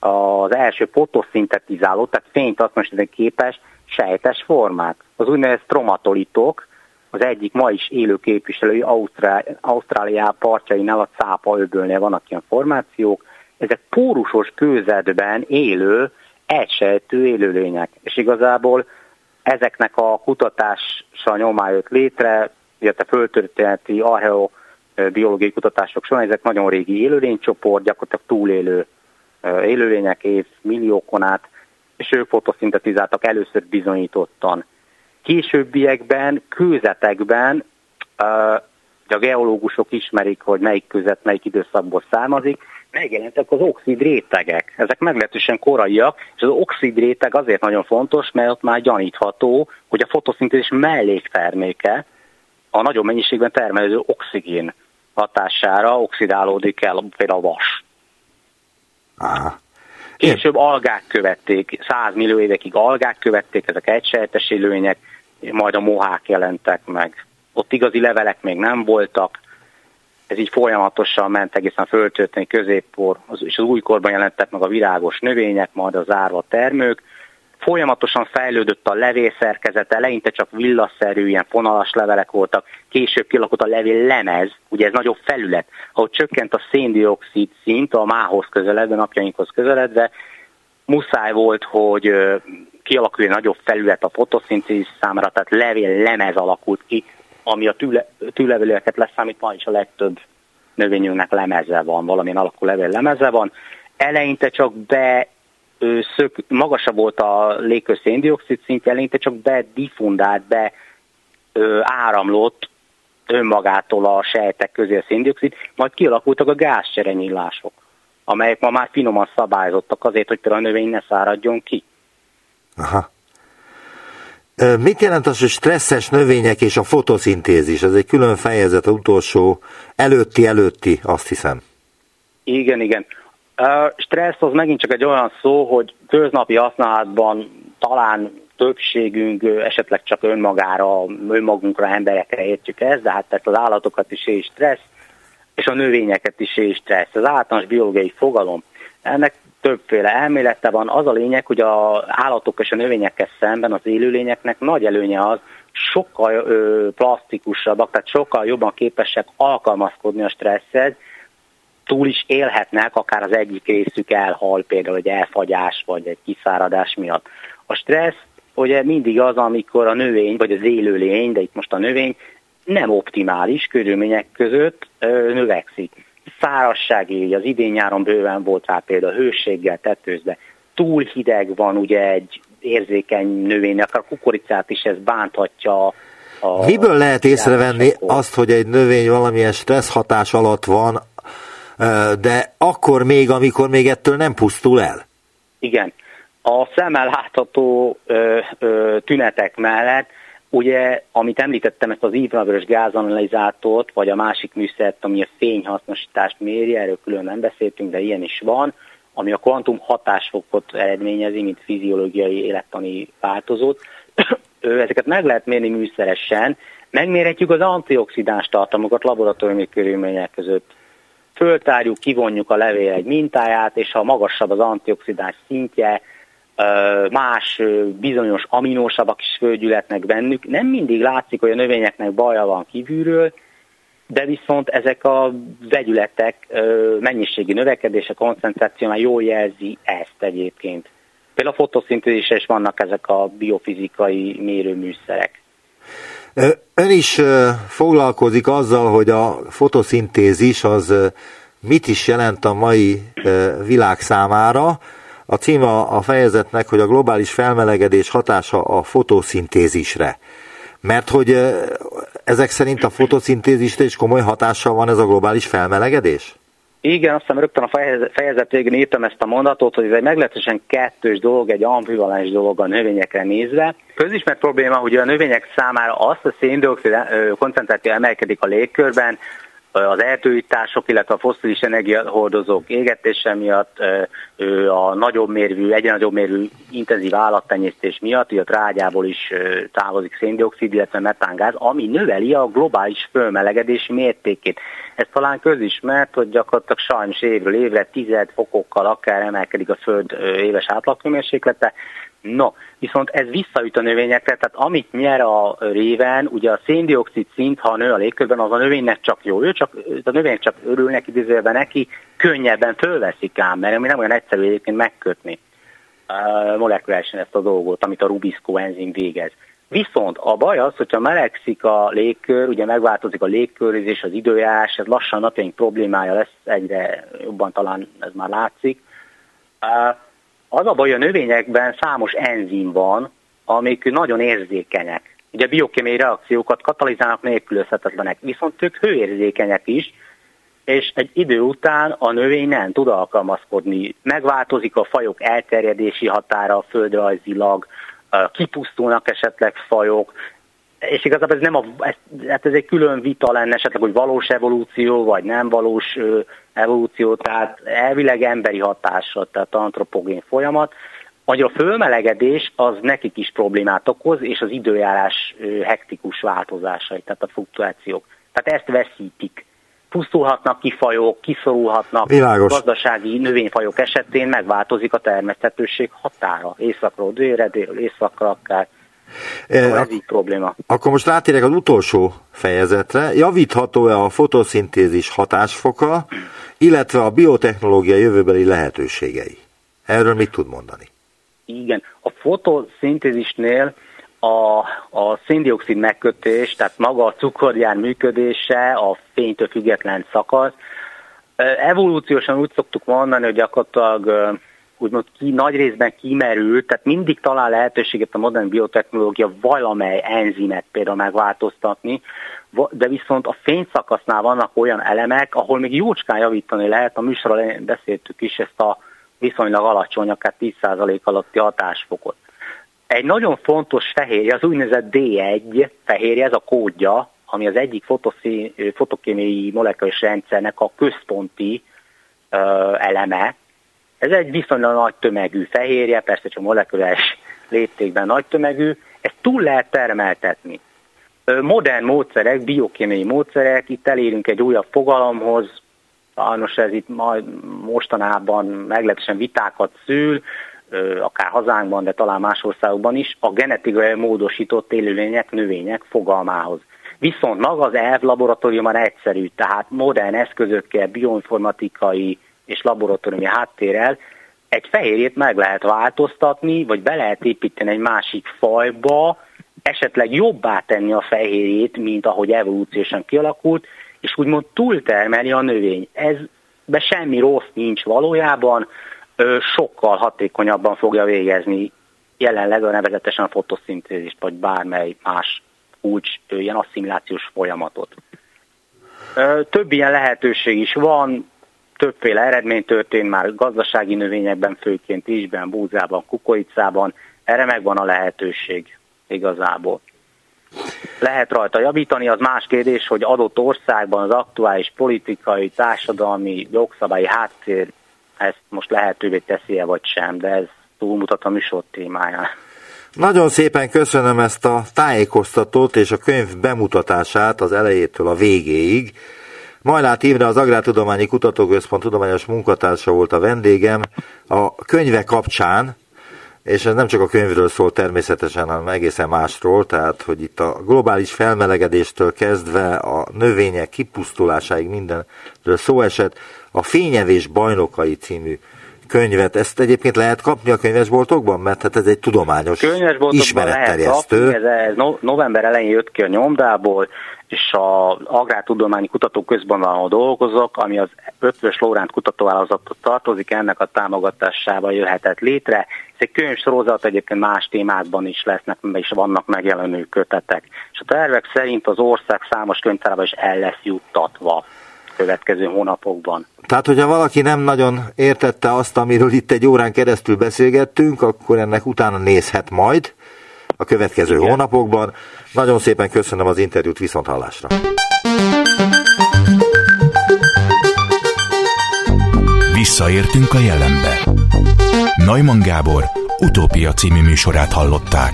az első fotoszintetizáló, tehát fényt atmoszférikusra képes sejtes formák. Az úgynevezett stromatolitok, az egyik ma is élő képviselői Ausztrál, Ausztrália partjainál, a Cápa öbölnél vannak ilyen formációk, ezek pórusos kőzetben élő, egysejtű élőlények. És igazából ezeknek a kutatása nyomán jött létre, illetve földtörténeti archeobiológiai kutatások során, ezek nagyon régi élőlénycsoport, gyakorlatilag túlélő élőlények év milliókon át, és ők fotoszintetizáltak először bizonyítottan. Későbbiekben, kőzetekben, a geológusok ismerik, hogy melyik kőzet melyik időszakból származik, megjelentek az oxid rétegek. Ezek meglehetősen koraiak, és az oxid réteg azért nagyon fontos, mert ott már gyanítható, hogy a fotoszintézis mellékterméke a nagyobb mennyiségben termelődő oxigén hatására oxidálódik el, például a vas.
Aha.
Később algák követték, száz millió évekig algák követték, ezek egysejtes élőlények, majd a mohák jelentek meg. Ott igazi levelek még nem voltak, ez így folyamatosan ment egészen a földtörténeti középkor, és az újkorban jelentek meg a virágos növények, majd az árva termők. Folyamatosan fejlődött a levélszerkezet, eleinte csak villaszerű, ilyen fonalas levelek voltak, később kialakult a levél lemez, ugye ez nagyobb felület, ahogy csökkent a széndioxid szint a mához közeledve, napjainkhoz közeledve, muszáj volt, hogy kialakuljon nagyobb felület a fotoszintézis számára, tehát levél lemez alakult ki, ami a tűle, tűlevelőeket leszámít, ma is a legtöbb növényünknek lemeze van, valamilyen alakú levél lemeze van. Eleinte csak be szök, magasabb volt a légkör széndioxid szintje, eleinte csak be diffundált, be ö, áramlott önmagától a sejtek közé a széndioxid, majd kialakultak a gázcserenyílások, amelyek ma már finoman szabályozottak azért, hogy például a növény ne száradjon ki.
Aha. Mit jelent az, hogy stresszes növények és a fotoszintézis? Ez egy külön fejezet, az utolsó előtti előtti, azt hiszem.
Igen, igen. A stressz az megint csak egy olyan szó, hogy köznapi használatban talán többségünk esetleg csak önmagára, önmagunkra, emberekre értjük ezt, de hát tehát az állatokat is ér stressz, és a növényeket is ér stressz. Ez általános biológiai fogalom. Ennek többféle elmélete van. Az a lényeg, hogy az állatok és a növényekkel szemben az élőlényeknek nagy előnye az, sokkal ö, plastikusabbak, tehát sokkal jobban képesek alkalmazkodni a stresszhez, túl is élhetnek, akár az egyik részük elhal, például egy elfagyás vagy egy kiszáradás miatt. A stressz ugye mindig az, amikor a növény, vagy az élőlény, de itt most a növény nem optimális körülmények között ö, növekszik. Szárazság így, az idén-nyáron bőven volt rá például hőséggel tetőzve. Túl hideg van ugye egy érzékeny növénynek, akár a kukoricát is ez bánthatja. A,
Miből lehet észrevenni azt, hogy egy növény valamilyen stressz hatás alatt van, de akkor még, amikor még ettől nem pusztul el?
Igen. A szemmel látható ö, ö, tünetek mellett, ugye, amit említettem, ezt az infravörös gázanalizátort, vagy a másik műszert, ami a fényhasznosítást méri, erről külön nem beszéltünk, de ilyen is van, ami a kvantum hatásfokot eredményezi, mint fiziológiai élettani változót. Ezeket meg lehet mérni műszeresen, megmérhetjük az antioxidáns tartalmakat laboratóriumi körülmények között. Föltárjuk, kivonjuk a levél egy mintáját, és ha magasabb az antioxidáns szintje, más bizonyos aminósavak is fölgyűletnek bennük. Nem mindig látszik, hogy a növényeknek baja van kívülről, de viszont ezek a vegyületek mennyiségi növekedése, koncentráció már jól jelzi ezt egyébként. Például a fotoszintézisre is vannak ezek a biofizikai mérőműszerek.
Ön is foglalkozik azzal, hogy a fotoszintézis az mit is jelent a mai világ számára. A címe a fejezetnek, hogy a globális felmelegedés hatása a fotoszintézisre. Mert hogy ezek szerint a fotoszintézisre is komoly hatással van ez a globális felmelegedés?
Igen, azt hiszem rögtön a fejezet végén írtam ezt a mondatot, hogy ez egy meglehetősen kettős dolog, egy ambivalens dolog a növényekre nézve. Közismert probléma, hogy a növények számára azt a szén-dioxid koncentráció emelkedik a légkörben, az erdőítások, illetve a fosszilis energiahordozók égetése miatt, a nagyobb mérvű, egyre nagyobb mérvű intenzív állattenyésztés miatt, ugye a trágyából is távozik szén-dioxid, illetve metángáz, ami növeli a globális fölmelegedési mértékét. Ez talán közismert, hogy gyakorlatilag sajnos évről évre tized fokokkal akár emelkedik a Föld éves átlaghőmérséklete. No, viszont ez visszaüt a növényekre, tehát amit nyer a réven, ugye a szén-dioxid szint, ha nő a légkörben, az a növénynek csak jó. Ő csak, a növények csak örülnek, idézőjelben neki, könnyebben fölveszik ám, mert ami nem olyan egyszerű egyébként megkötni uh, molekulárisan ezt a dolgot, amit a Rubisco enzim végez. Viszont a baj az, hogyha melegszik a légkör, ugye megváltozik a légkörizés, az időjárás, ez lassan napjaink problémája lesz, egyre jobban talán ez már látszik. Uh, Az a baj, a növényekben számos enzim van, amik nagyon érzékenyek. Ugye biokémiai reakciókat katalizálnak, nélkülözhetetlenek, viszont ők hőérzékenyek is, és egy idő után a növény nem tud alkalmazkodni. Megváltozik a fajok elterjedési határa földrajzilag, kipusztulnak esetleg fajok, és igazából ez nem a, ez, ez egy külön vita lenne esetleg, hogy valós evolúció, vagy nem valós evolúció, tehát elvileg emberi hatása, tehát antropogén folyamat. Magyar a fölmelegedés az nekik is problémát okoz, és az időjárás hektikus változásai, tehát a fluktuációk. Tehát ezt veszítik. Pusztulhatnak ki fajok, kiszorulhatnak.
Világos.
Gazdasági növényfajok esetén megváltozik a termeszthetőség határa. Északról délre, délről északra akár. Ez
Ak-
így probléma.
Akkor most rátérek az utolsó fejezetre. Javítható-e a fotoszintézis hatásfoka, illetve a biotechnológia jövőbeli lehetőségei? Erről mit tud mondani?
Igen, a fotoszintézisnél a, a szén-dioxid megkötés, tehát maga a cukorgyár működése, a fénytől független szakasz. Evolúciósan úgy szoktuk mondani, hogy gyakorlatilag úgymond ki, nagy részben kimerült, tehát mindig talál lehetőséget a modern biotechnológia valamely enzimet például megváltoztatni, de viszont a fényszakasznál vannak olyan elemek, ahol még jócskán javítani lehet, a műsorral beszéltük is ezt a viszonylag alacsony, akár tíz százalék alatti hatásfokot. Egy nagyon fontos fehérje, az úgynevezett dé egy fehérje, ez a kódja, ami az egyik fotokémiai molekuláris rendszernek a központi ö, eleme. Ez egy viszonylag nagy tömegű fehérje, persze csak molekuláris léptékben nagy tömegű, ezt túl lehet termeltetni. Ö, modern módszerek, biokémiai módszerek, itt elérünk egy újabb fogalomhoz, sajnos ez itt majd mostanában meglehetősen vitákat szül, ö, akár hazánkban, de talán más országokban is, a genetikai módosított élőlények, növények fogalmához. Viszont maga az elv laboratóriumban egyszerű, tehát modern eszközökkel, bioinformatikai és laboratóriumi háttérrel egy fehérjét meg lehet változtatni, vagy be lehet építeni egy másik fajba, esetleg jobbá tenni a fehérjét, mint ahogy evolúciósan kialakult, és úgymond túltermelni a növény. Ezben semmi rossz nincs valójában, sokkal hatékonyabban fogja végezni jelenleg a nevezetesen a fotoszintézist, vagy bármely más kulcs, ilyen asszimilációs folyamatot. Több ilyen lehetőség is van, többféle eredmény történt már gazdasági növényekben, főként rizsben, búzában, kukoricában, erre megvan a lehetőség igazából. Lehet rajta javítani, az más kérdés, hogy adott országban az aktuális politikai, társadalmi, jogszabályi háttér ezt most lehetővé teszi-e vagy sem, de ez túlmutat a műsor témáján.
Nagyon szépen köszönöm ezt a tájékoztatót és a könyv bemutatását az elejétől a végéig. Majláth Imre, az Agrártudományi Kutatóközpont tudományos munkatársa volt a vendégem a könyve kapcsán, és ez nem csak a könyvről szól természetesen, hanem egészen másról, tehát hogy itt a globális felmelegedéstől kezdve a növények kipusztulásáig mindenről szó esett. A Fényevés bajnokai című könyvet, ezt egyébként lehet kapni a könyvesboltokban? Mert hát ez egy tudományos ismeretterjesztő.
Ez, ez november elején jött ki a nyomdából, és az Agrártudományi Kutatóközpontban dolgozok, ami az Ötvös Lóránt kutatóvállalatot tartozik, ennek a támogatásával jöhetett létre. Ez egy könyvsorozat, egyébként más témákban is lesznek, és vannak megjelenő kötetek. És a tervek szerint az ország számos könyvtárában is el lesz juttatva következő hónapokban.
Tehát, hogyha valaki nem nagyon értette azt, amiről itt egy órán keresztül beszélgettünk, akkor ennek utána nézhet majd a következő Igen. hónapokban. Nagyon szépen köszönöm az interjút, viszonthallásra.
Visszaértünk a jelenbe. Neumann Gábor Utópia című műsorát hallották.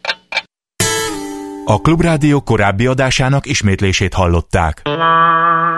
A Klubrádió korábbi adásának ismétlését hallották.